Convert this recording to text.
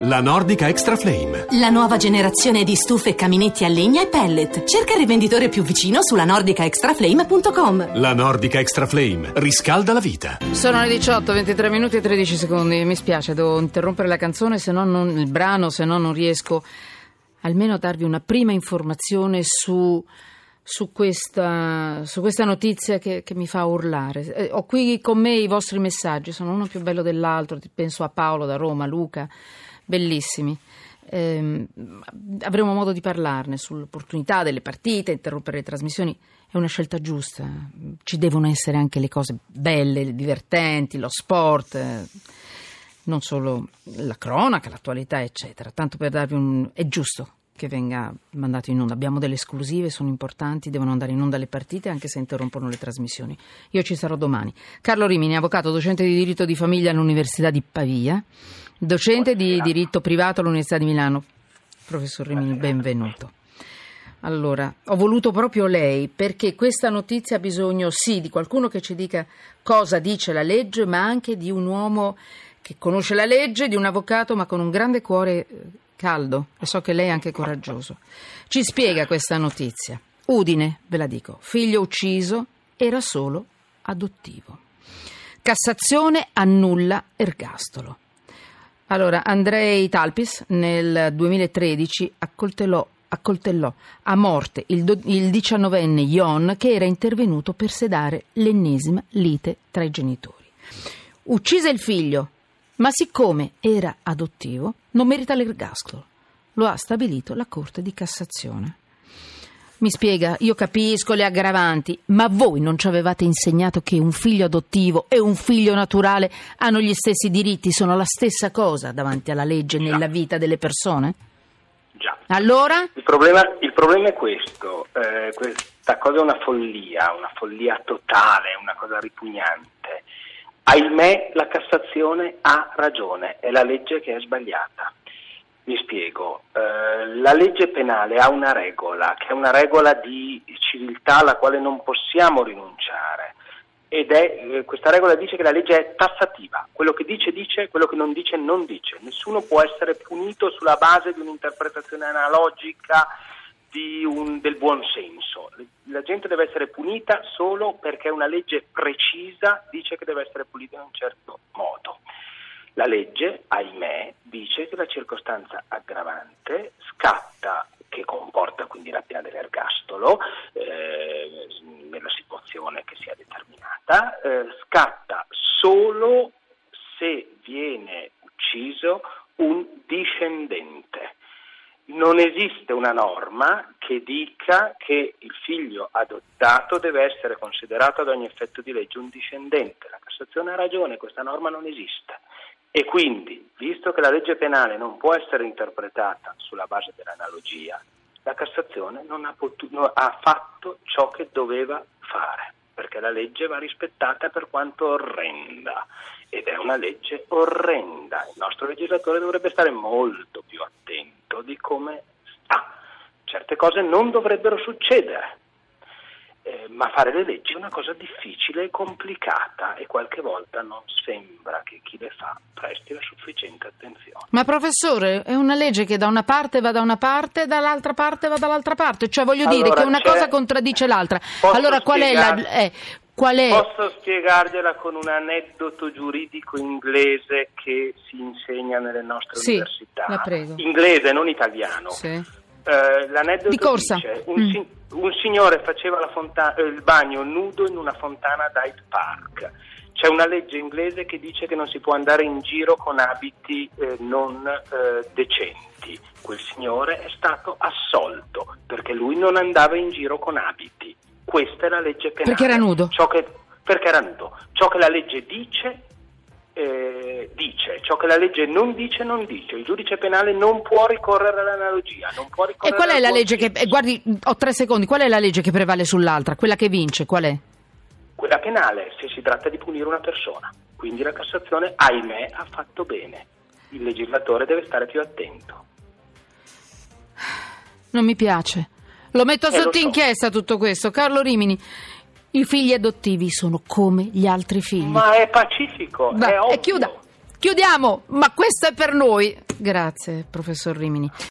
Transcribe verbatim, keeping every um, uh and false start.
La Nordica Extra Flame. La nuova generazione di stufe e caminetti a legna e pellet. Cerca il rivenditore più vicino sulla nordica extra flame punto com. La Nordica Extra Flame riscalda la vita. Sono le diciotto, ventitré minuti e tredici secondi. Mi spiace, devo interrompere la canzone, se no non, il brano, se no non riesco almeno a darvi una prima informazione su, su, questa, su questa notizia che, che mi fa urlare. Eh, ho qui con me i vostri messaggi, sono uno più bello dell'altro. Penso a Paolo da Roma, Luca. Bellissimi. Eh, avremo modo di parlarne sull'opportunità delle partite, interrompere le trasmissioni. È una scelta giusta. Ci devono essere anche le cose belle, divertenti, lo sport, eh, non solo la cronaca, l'attualità, eccetera. Tanto per darvi un... è giusto che venga mandato in onda. Abbiamo delle esclusive, sono importanti, devono andare in onda le partite anche se interrompono le trasmissioni. Io ci sarò domani. Carlo Rimini, avvocato, docente di diritto di famiglia all'Università di Pavia, docente di diritto privato all'Università di Milano. Professor Rimini, benvenuto. Allora, ho voluto proprio lei perché questa notizia ha bisogno, sì, di qualcuno che ci dica cosa dice la legge, ma anche di un uomo che conosce la legge, di un avvocato ma con un grande cuore caldo, e so che lei è anche coraggioso. Ci spiega questa notizia. Udine, ve la dico, figlio ucciso, era solo adottivo. Cassazione annulla ergastolo. Allora, Andrei Talpis nel duemilatredici accoltellò, accoltellò a morte il, do, il diciannovenne Ion che era intervenuto per sedare l'ennesima lite tra i genitori. Uccise il figlio, ma siccome era adottivo non merita l'ergastolo. Lo ha stabilito la Corte di Cassazione. Mi spiega, io capisco le aggravanti, ma voi non ci avevate insegnato che un figlio adottivo e un figlio naturale hanno gli stessi diritti, sono la stessa cosa davanti alla legge nella vita delle persone? Già. Allora? Il problema, il problema è questo, eh, questa cosa è una follia, una follia totale, una cosa ripugnante. Ahimè, la Cassazione ha ragione, è la legge che è sbagliata. Mi spiego, eh, la legge penale ha una regola, che è una regola di civiltà alla quale non possiamo rinunciare, ed è, eh, questa regola dice che la legge è tassativa, quello che dice dice, quello che non dice non dice, nessuno può essere punito sulla base di un'interpretazione analogica di un, del buon senso, la gente deve essere punita solo perché una legge precisa dice che deve essere punita in un certo modo. La legge, ahimè, dice che la circostanza aggravante scatta, che comporta quindi la pena dell'ergastolo, eh, nella situazione che sia determinata, eh, scatta solo se viene ucciso un discendente. Non esiste una norma che dica che il figlio adottato deve essere considerato ad ogni effetto di legge un discendente. La Cassazione ha ragione, questa norma non esiste. E quindi, visto che la legge penale non può essere interpretata sulla base dell'analogia, la Cassazione non ha, potuto, no, ha fatto ciò che doveva fare, perché la legge va rispettata per quanto orrenda, ed è una legge orrenda. Il nostro legislatore dovrebbe stare molto più attento di come sta. Certe cose non dovrebbero succedere. Eh, ma fare le leggi è una cosa difficile e complicata e qualche volta non sembra che chi le fa presti la sufficiente attenzione. Ma professore, è una legge che da una parte va da una parte e dall'altra parte va dall'altra parte, cioè voglio allora, dire che una cosa contraddice l'altra. Allora qual è la... Eh, qual è... Posso spiegargliela con un aneddoto giuridico inglese che si insegna nelle nostre sì, università? La prego. Inglese, non italiano. Sì. Uh, l'aneddoto di corsa. dice un, mm. si- un signore faceva la fonta- eh, il bagno nudo in una fontana ad Hyde Park. C'è una legge inglese che dice che non si può andare in giro con abiti eh, non eh, decenti. Quel signore è stato assolto perché lui non andava in giro con abiti. Questa è la legge penale. Perché era nudo? Ciò che, perché era nudo. Ciò che la legge dice Eh, dice, ciò che la legge non dice non dice. Il giudice penale non può ricorrere all'analogia, non può ricorrere. E qual è la legge che eh, guardi, ho tre secondi, qual è la legge che prevale sull'altra? Quella che vince, qual è? Quella penale, se si tratta di punire una persona. Quindi la Cassazione, ahimè, ha fatto bene. Il legislatore deve stare più attento. Non mi piace. Lo metto eh, sotto lo so. inchiesta tutto questo. Carlo Rimini, i figli adottivi sono come gli altri figli. Ma è pacifico, Beh, è ovvio. E chiuda. Chiudiamo, ma questo è per noi. Grazie, professor Rimini.